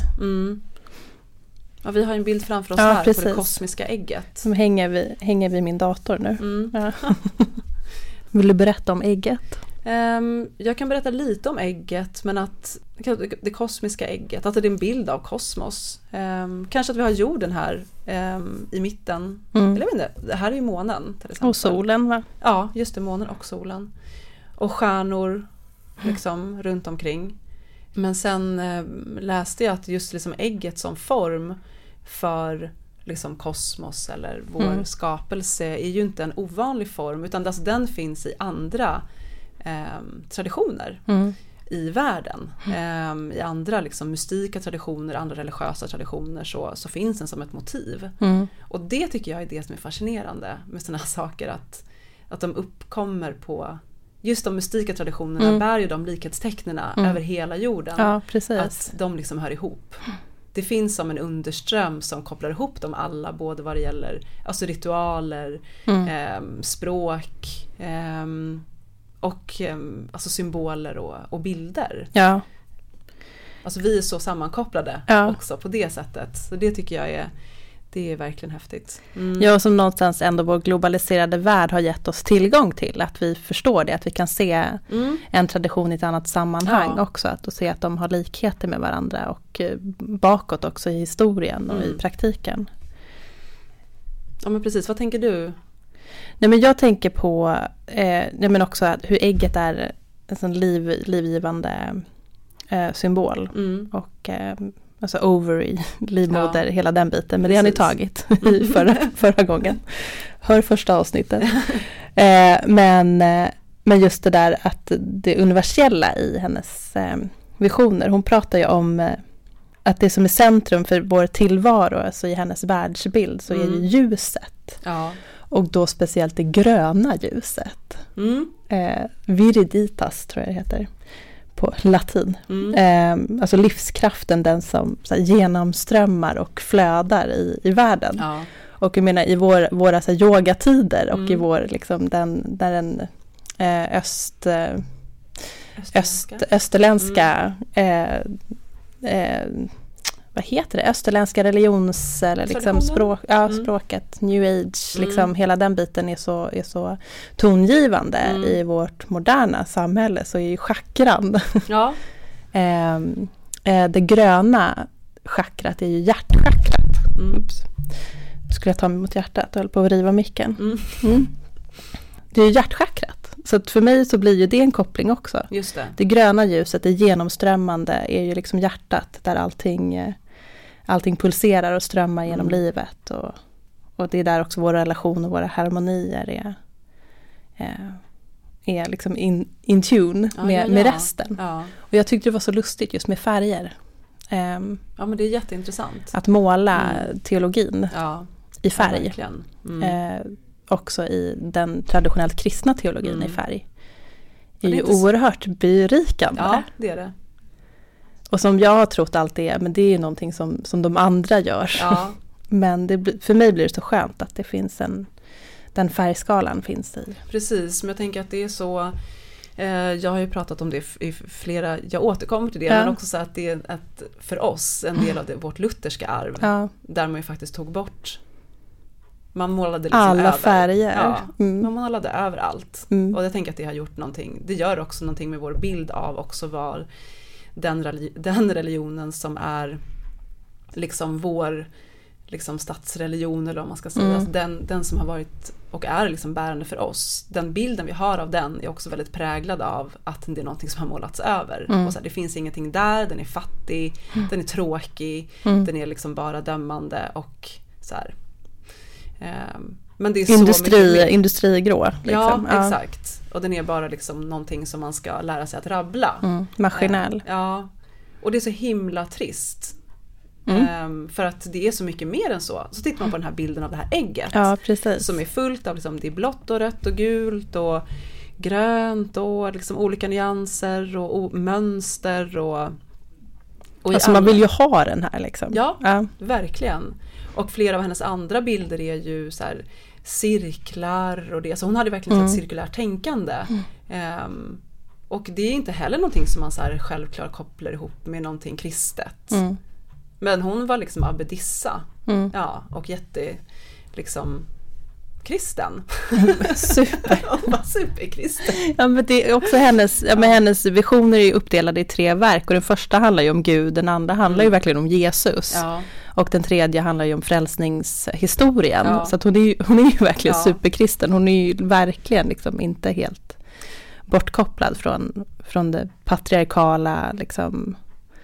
Ja, vi har en bild framför oss här på det kosmiska ägget. Som hänger vid min dator nu. Ja. Vill du berätta om ägget? Jag kan berätta lite om ägget, men att det kosmiska ägget, att det är en bild av kosmos. Kanske att vi har jorden här i mitten. Eller jag vet inte, det här är ju månen till exempel. Och solen, va? Ja, just det, månen och solen. Och stjärnor liksom runt omkring. Men sen läste jag att just liksom ägget som form för liksom kosmos eller vår skapelse är ju inte en ovanlig form, utan alltså den finns i andra traditioner i världen. I andra liksom mystika traditioner, andra religiösa traditioner så finns den som ett motiv. Och det tycker jag är det som är fascinerande med sådana här saker, att de uppkommer på just de mystika traditionerna bär ju de likhetstecknena över hela jorden. Ja, precis. Att de liksom hör ihop. Det finns som en underström som kopplar ihop dem alla, både vad det gäller alltså ritualer, språk och alltså symboler och bilder. Ja. Alltså vi är så sammankopplade också på det sättet. Så det tycker jag det är verkligen häftigt. Ja, och som någonstans ändå vår globaliserade värld har gett oss tillgång till. Att vi förstår det, att vi kan se en tradition i ett annat sammanhang också. Att se att de har likheter med varandra och bakåt också i historien och i praktiken. Ja, men precis. Vad tänker du? Nej, men jag tänker på men också att hur ägget är en sån livgivande symbol. Och alltså ovary, livmoder, hela den biten. Men det har ni tagit i förra gången. Hör första avsnittet. Men just det där att det universella i hennes visioner. Hon pratar ju om att det som är centrum för vår tillvaro, alltså i hennes världsbild, så är ju ljuset. Ja. Och då speciellt det gröna ljuset. Viriditas tror jag det heter på latin. Alltså livskraften, den som så här, genomströmmar och flödar i världen. Ja. Och jag menar i våra så här, yogatider och i vår liksom den österländska vad heter det? Österländska religions eller liksom språket, new age, liksom hela den biten är så tongivande i vårt moderna samhälle, så är ju chakran Det gröna chakrat är ju hjärtchakrat. Oops. Nu skulle jag ta mig mot hjärtat och höll på att riva micken. Det är ju hjärtchakrat. Så att för mig så blir ju det en koppling också. Just det. Det gröna ljuset, det genomströmmande, är ju liksom hjärtat där allting pulserar och strömmar genom livet. Och det är där också våra relationer och våra harmonier är liksom in tune med resten. Ja. Och jag tyckte det var så lustigt just med färger. Ja, men det är jätteintressant. Att måla teologin i färg. Ja, också i den traditionellt kristna teologin i färg. Det är ju oerhört berikande. Ja, det är det. Och som jag har trott allt det är, men det är ju någonting som de andra gör. Ja. Men för mig blir det så skönt att det finns den färgskalan finns i. Precis, men jag tänker att det är så. Jag har ju pratat om det i flera, jag återkommer till det, men också så att det är för oss en del av vårt lutherska arv, där man ju faktiskt tog bort, man målade liksom alla över. färger. Ja, man målade över allt. Och jag tänker att det har gjort någonting, det gör också någonting med vår bild av också var den religionen som är liksom vår liksom statsreligion, eller vad man ska säga, alltså den som har varit och är liksom bärande för oss, den bilden vi har av den är också väldigt präglad av att det är någonting som har målats över. Och så här, det finns ingenting där, den är fattig, den är tråkig, den är liksom bara dömande och så här. Men det är så industrigrå liksom. Ja, exakt. Och den är bara liksom någonting som man ska lära sig att rabbla. Maskinell. Ja. Och det är så himla trist. För att det är så mycket mer än så. Så tittar man på den här bilden av det här ägget. Ja, precis. Som är fullt av liksom, det är blått och rött och gult och grönt och liksom olika nyanser och mönster och alltså man vill ju ha den här liksom. Ja, verkligen. Och flera av hennes andra bilder är ju så här cirklar och det. Så hon hade verkligen ett cirkulärt tänkande. Och det är inte heller någonting som man så här självklart kopplar ihop med någonting kristet. Men hon var liksom abbedissa. Ja, och jätte liksom kristen. Hon var superkristen. Ja, men det är också hennes visioner är uppdelade i 3 verk. Och den första handlar ju om Gud, den andra handlar ju verkligen om Jesus. Ja. Och den tredje handlar ju om frälsningshistorien. Ja. Så att hon är ju verkligen superkristen. Hon är ju verkligen liksom inte helt bortkopplad från det patriarkala liksom.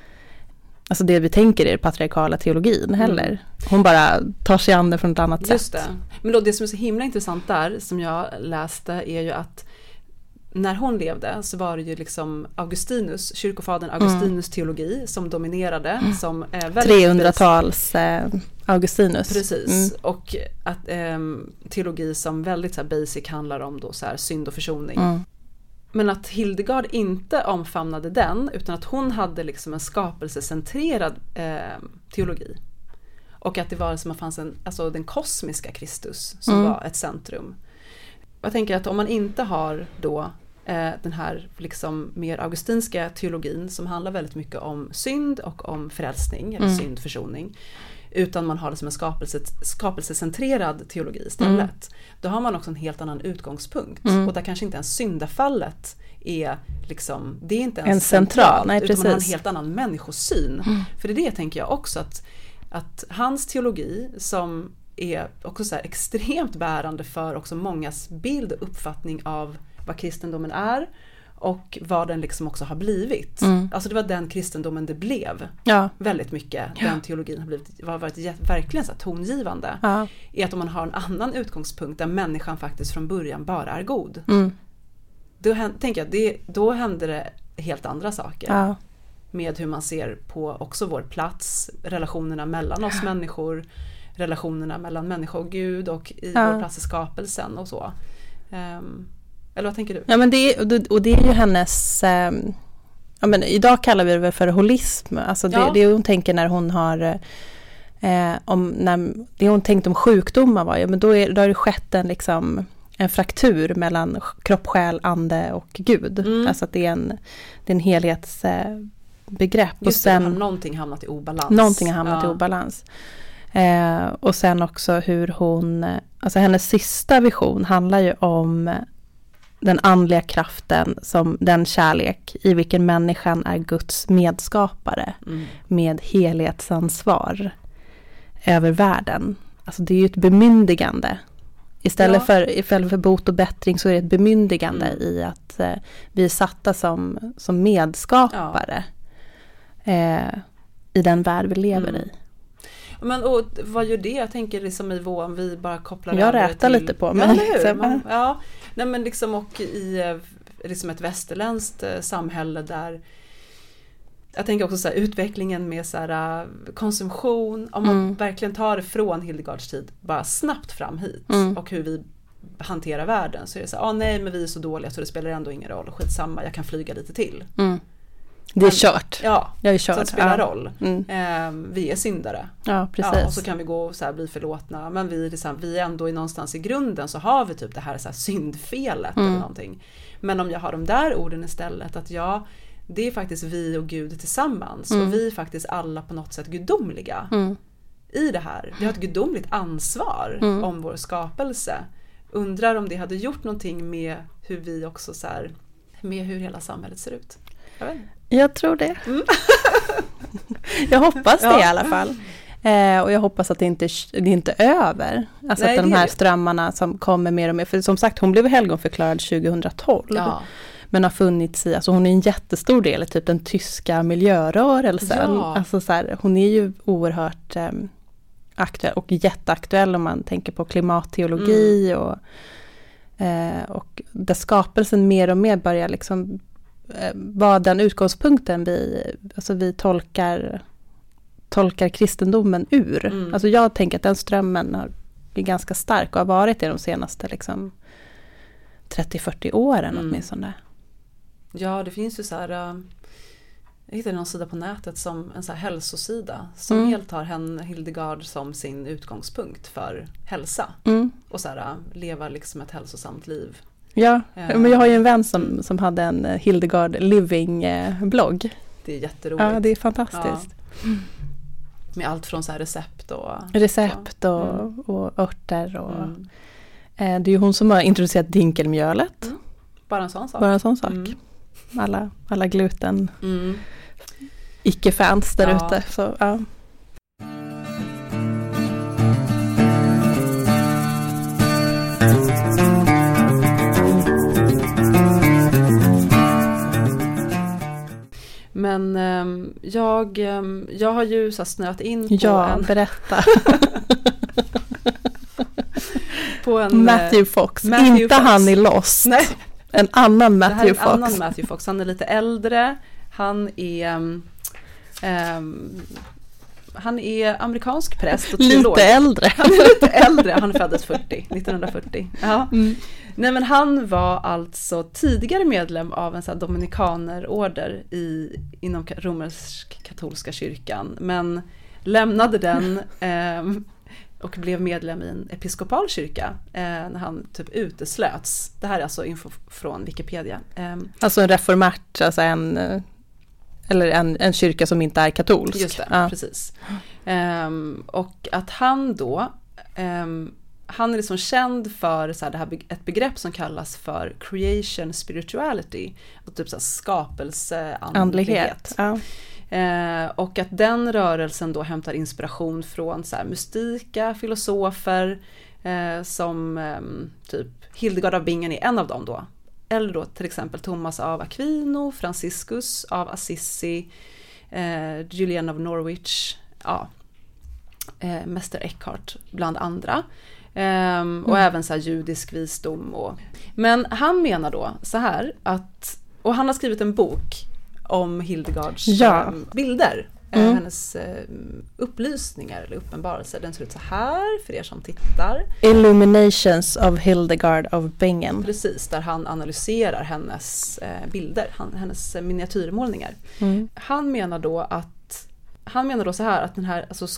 Alltså det vi tänker är patriarkala teologin heller. Hon bara tar sig an det från ett annat sätt. Just det. Men då det som är så himla intressant där, som jag läste, är ju att när hon levde så var det ju liksom Augustinus, kyrkofadern Augustinus teologi som dominerade. Som 300-tals Augustinus. Precis. Och att, teologi som väldigt så här basic handlar om då så här synd och försoning. Men att Hildegard inte omfamnade den, utan att hon hade liksom en skapelsecentrerad teologi. Och att det var som att fanns alltså den kosmiska Kristus som var ett centrum. Jag tänker att om man inte har då den här liksom mer augustinska teologin som handlar väldigt mycket om synd och om frälsning, eller syndförsoning, utan man har det som en skapelsecentrerad teologi istället. Då har man också en helt annan utgångspunkt. Och där kanske inte ens syndafallet är liksom, det är inte ens en central, nej, utan precis. man har en helt annan människosyn. För det tänker jag också att hans teologi som är också så här extremt bärande för också mångas bild och uppfattning av vad kristendomen är och vad den liksom också har blivit. Alltså det var den kristendomen det blev. Väldigt mycket. Den teologin har varit verkligen så här tongivande. Är att om man har en annan utgångspunkt där människan faktiskt från början bara är god. Då tänker jag då händer det helt andra saker. Med hur man ser på också vår plats, relationerna mellan oss människor, relationerna mellan människa och Gud och i vår plats i skapelsen och så. Eller vad tänker du? Ja, men det är ju hennes men idag kallar vi det väl för holism. Alltså det hon tänker när hon har det hon tänkt om sjukdomar var ju, men då har det skett en fraktur mellan kropp, själ, ande och Gud. Alltså att det är en helhetsbegrepp. Just och sen någonting hamnat i obalans. Någonting har hamnat i obalans. Och sen också hur hon, alltså hennes sista vision handlar ju om den andliga kraften, som den kärlek i vilken människan är Guds medskapare med helhetsansvar över världen. Alltså det är ju ett bemyndigande. Istället för bot och bättring så är det ett bemyndigande i att vi är satta som medskapare i den värld vi lever i. Men och vad gör det? Jag tänker liksom i våren, vi bara kopplar jag rätar lite på mig. Nej, men liksom, och i liksom ett västerländskt samhälle där jag tänker också så här, utvecklingen med så här, konsumtion, om man verkligen tar det från Hildegards tid bara snabbt fram hit och hur vi hanterar världen, så är det så här, nej men vi är så dåliga så det spelar ändå ingen roll, skitsamma, jag kan flyga lite till. Det är kört. Ja, jag är kört. Så det spelar roll. Vi är syndare. Ja, precis. Och så kan vi gå och så här bli förlåtna. Men vi är ändå någonstans i grunden så har vi typ det här, så här syndfelet eller någonting. Men om jag har de där orden istället, att det är faktiskt vi och Gud tillsammans. Och vi är faktiskt alla på något sätt gudomliga i det här. Vi har ett gudomligt ansvar om vår skapelse. Undrar om det hade gjort någonting med hur vi också så här, med hur hela samhället ser ut. Jag tror det. Jag hoppas det i alla fall. Och jag hoppas att det inte är över. Alltså att de här strömmarna som kommer mer och mer. För som sagt, hon blev helgonförklarad 2012. Ja. Men har funnits i, alltså hon är en jättestor del i typ den tyska miljörörelsen. Ja. Alltså så här, hon är ju oerhört aktuell och jätteaktuell om man tänker på klimatteologi och där skapelsen mer och mer börjar liksom vara den utgångspunkten vi tolkar kristendomen ur. Alltså jag tänker att den strömmen är ganska stark och har varit det de senaste liksom 30-40 åren åtminstone. Ja, det finns ju så här, jag hittade någon sida på nätet som en så här hälsosida som helt har Hildegard som sin utgångspunkt för hälsa och så här, leva liksom ett hälsosamt liv. Ja, men jag har ju en vän som hade en Hildegard Living-blogg. Det är jätteroligt. Ja, det är fantastiskt. Ja. Med allt från så här recept och örter. Och, det är ju hon som har introducerat dinkelmjölet. Bara en sån sak. Alla gluten icke-fans där ute. Så, ja. Men jag har ju så snöat in på berätta. på en Matthew Fox. Inte Fox. Han är Lost. Nej. En annan Matthew Fox. En annan Matthew Fox. Han är lite äldre. Han är amerikansk präst och teolog. Lite äldre. Han är lite äldre. Han föddes 1940. Ja. Nej, men han var alltså tidigare medlem av en så här dominikanerorder inom romersk-katolska kyrkan, men lämnade den och blev medlem i en episkopal kyrka när han typ uteslöts. Det här är alltså info från Wikipedia. Alltså en reformert, alltså en kyrka som inte är katolsk. Just det, precis. Och att han då han är liksom känd för så här, det här ett begrepp som kallas för creation spirituality och typ så här skapelseandlighet. Ja. Och att den rörelsen då hämtar inspiration från så här mystika filosofer som typ Hildegard av Bingen är en av dem då. Eller då till exempel Thomas av Aquino, Franciscus av Assisi, Julian of Norwich, Mäster Eckhart bland andra. Och även så här judisk visdom. Men han menar då så här att, och han har skrivit en bok om Hildegards bilder. Hennes upplysningar eller uppenbarelser. Den ser ut så här för er som tittar. Illuminations of Hildegard of Bingen. Precis, där han analyserar hennes bilder, hennes miniatyrmålningar. Han menar då så här att den här alltså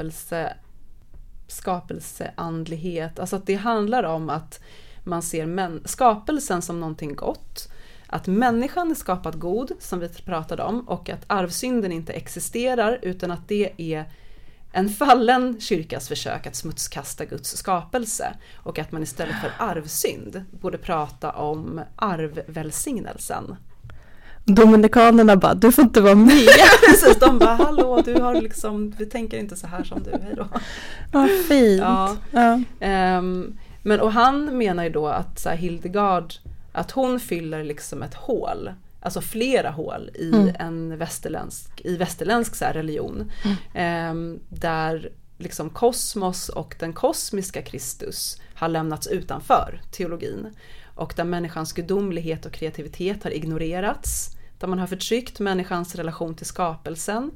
skapelseandlighet, alltså att det handlar om att man ser skapelsen som någonting gott, att människan är skapad god som vi pratade om, och att arvsynden inte existerar utan att det är en fallen kyrkas försök att smutskasta Guds skapelse och att man istället för arvsynd borde prata om arvvälsignelsen. Dominikanerna bara, du får inte vara med. Precis, de bara, hallå, du har liksom, vi tänker inte så här som du, hej då. Vad fint. Ja. Men och han menar ju då att så här, Hildegard, att hon fyller liksom ett hål, alltså flera hål i en västerländsk så här, religion. Där liksom kosmos och den kosmiska Kristus har lämnats utanför teologin. Och där människans gudomlighet och kreativitet har ignorerats. Där man har förtryckt människans relation till skapelsen.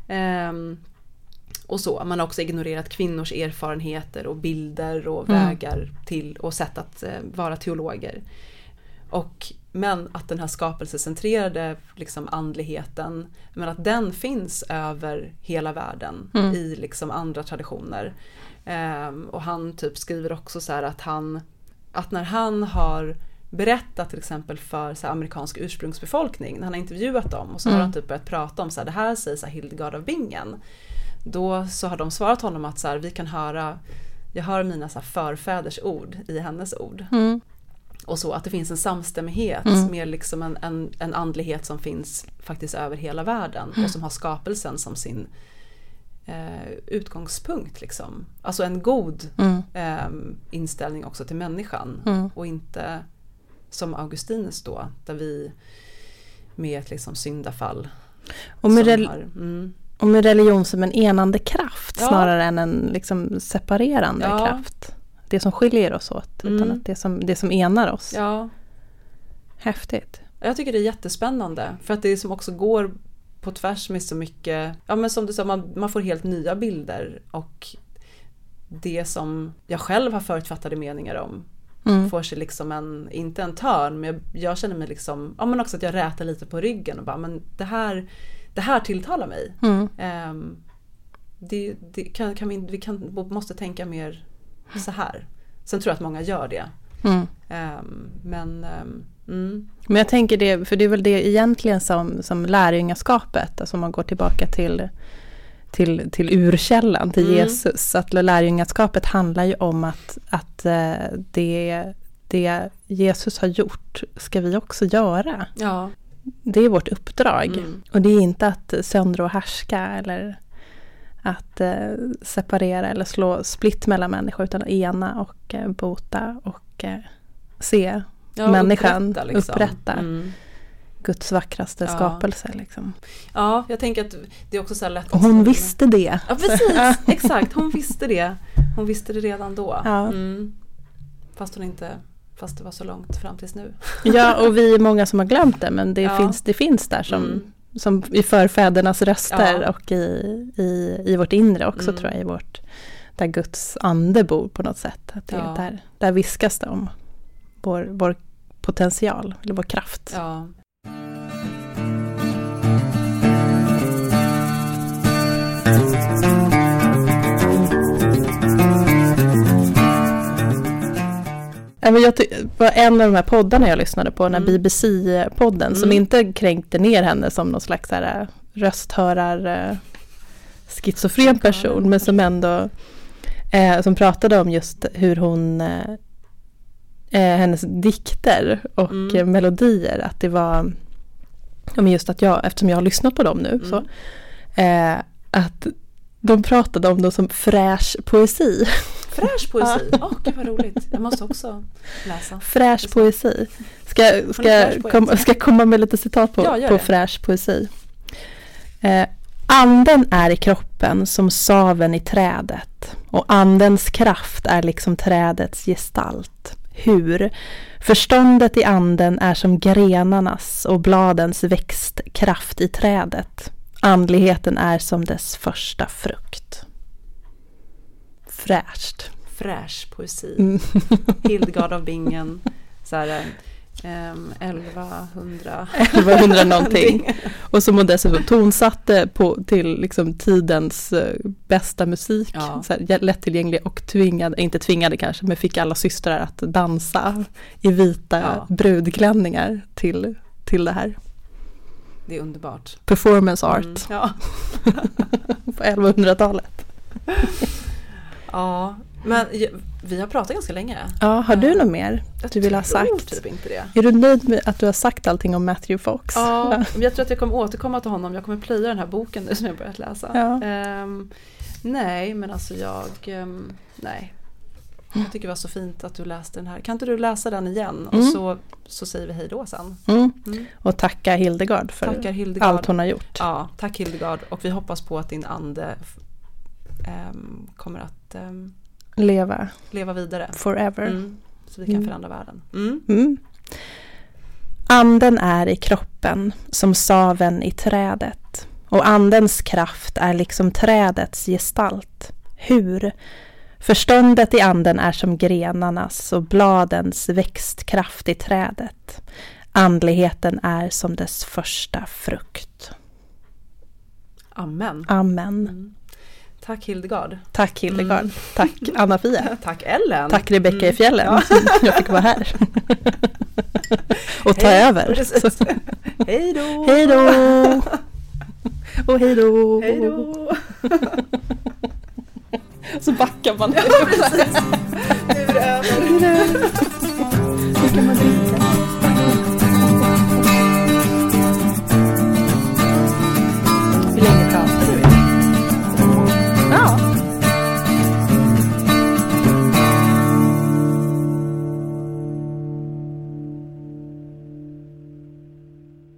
Och så. Man har också ignorerat kvinnors erfarenheter och bilder och vägar till och sätt att vara teologer. Men att den här skapelsecentrerade liksom andligheten, men att den finns över hela världen i liksom andra traditioner. Och han typ skriver också så här att när han har berättat till exempel för så här, amerikansk ursprungsbefolkning, när han har intervjuat dem och så har han typ börjat prata om så här, det här säger så här, Hildegard av Bingen. Då så har de svarat honom att så här, vi kan höra, jag hör mina så här, förfäders ord i hennes ord. Och så att det finns en samstämmighet med liksom en andlighet som finns faktiskt över hela världen och som har skapelsen som sin utgångspunkt liksom. Alltså en god inställning också till människan och inte som Augustinus då, där vi med ett liksom syndafall och med religion som en enande kraft snarare än en liksom separerande kraft. Det som skiljer oss åt, utan att det som enar oss. Ja. Häftigt. Jag tycker det är jättespännande, för att det som också går på tvärs med så mycket, ja men som du sa, man får helt nya bilder, och det som jag själv har förutfattade meningar om får sig liksom inte en törn, men jag känner mig liksom, ja men också att jag rätar lite på ryggen och bara, men det här tilltalar mig. Vi måste tänka mer så här. Sen tror jag att många gör det. Men jag tänker det, för det är väl det egentligen som lärjungaskapet, alltså om man går tillbaka till urkällan, till Jesus, att lärjungaskapet handlar ju om att det Jesus har gjort ska vi också göra. Ja. Det är vårt uppdrag. Och det är inte att söndra och härska eller att separera eller slå splitt mellan människor, utan att ena och bota och se människan upprätta Guds vackraste skapelse liksom. Ja, jag tänker att det är också så här lätt. Och hon visste det. Ja, precis. Exakt, hon visste det. Hon visste det redan då. Ja. Fast det var så långt fram tills nu. Ja, och vi är många som har glömt det, men det finns där som i förfädernas röster och i vårt inre också, tror jag, där Guds ande bor på något sätt. Att det där viskas det om vår potential eller vår kraft. Ja. Var en av de här poddarna jag lyssnade på, den här BBC-podden, som inte kränkte ner henne som någon slags rösthörar schizofren person, men som ändå som pratade om just hur hon hennes dikter och melodier, att det var just att eftersom jag har lyssnat på dem nu så att de pratade om det som fräsch poesi. Fräsch poesi? Gud vad roligt. Jag måste också läsa. Fräsch poesi. Ska komma med lite citat på fräsch poesi. Anden är i kroppen som saven i trädet, och andens kraft är liksom trädets gestalt. Hur? Förståndet i anden är som grenarnas och bladens växtkraft i trädet. Andligheten är som dess första frukt. Fräscht. Fräsch poesi. Hildegard av Bingen. Så här, 1100 någonting. Och som hon dessutom tonsatte till liksom tidens bästa musik. Så här, lättillgänglig och inte tvingade kanske, men fick alla systrar att dansa i vita brudklänningar till det här. Det är underbart. Performance art. Ja. På 1100-talet. Ja, men vi har pratat ganska länge. Ja, har du något mer du vill ha sagt? Jag tror typ inte det. Är du nöjd med att du har sagt allting om Matthew Fox? Ja, men jag tror att jag kommer återkomma till honom. Jag kommer plöja den här boken nu som jag börjat läsa. Ja. Nej, men alltså nej. Jag tycker det var så fint att du läste den här. Kan inte du läsa den igen? Och så säger vi hej då sen. Och tacka Hildegard för allt hon har gjort. Ja, tack Hildegard. Och vi hoppas på att din ande kommer att leva vidare. Forever. Så vi kan förändra världen. Anden är i kroppen som saven i trädet. Och andens kraft är liksom trädets gestalt. Hur? Förståndet i anden är som grenarnas och bladens växtkraft i trädet. Andligheten är som dess första frukt. Amen. Amen. Tack Hildegard. Tack Hildegard. Tack Anna-Fia. Tack Ellen. Tack Rebecka i fjällen. Ja. Jag fick vara här. Och ta över. Hej då. Hej då. Och hej då. Hej då. Så backar man. Ja, precis. Nu är det över.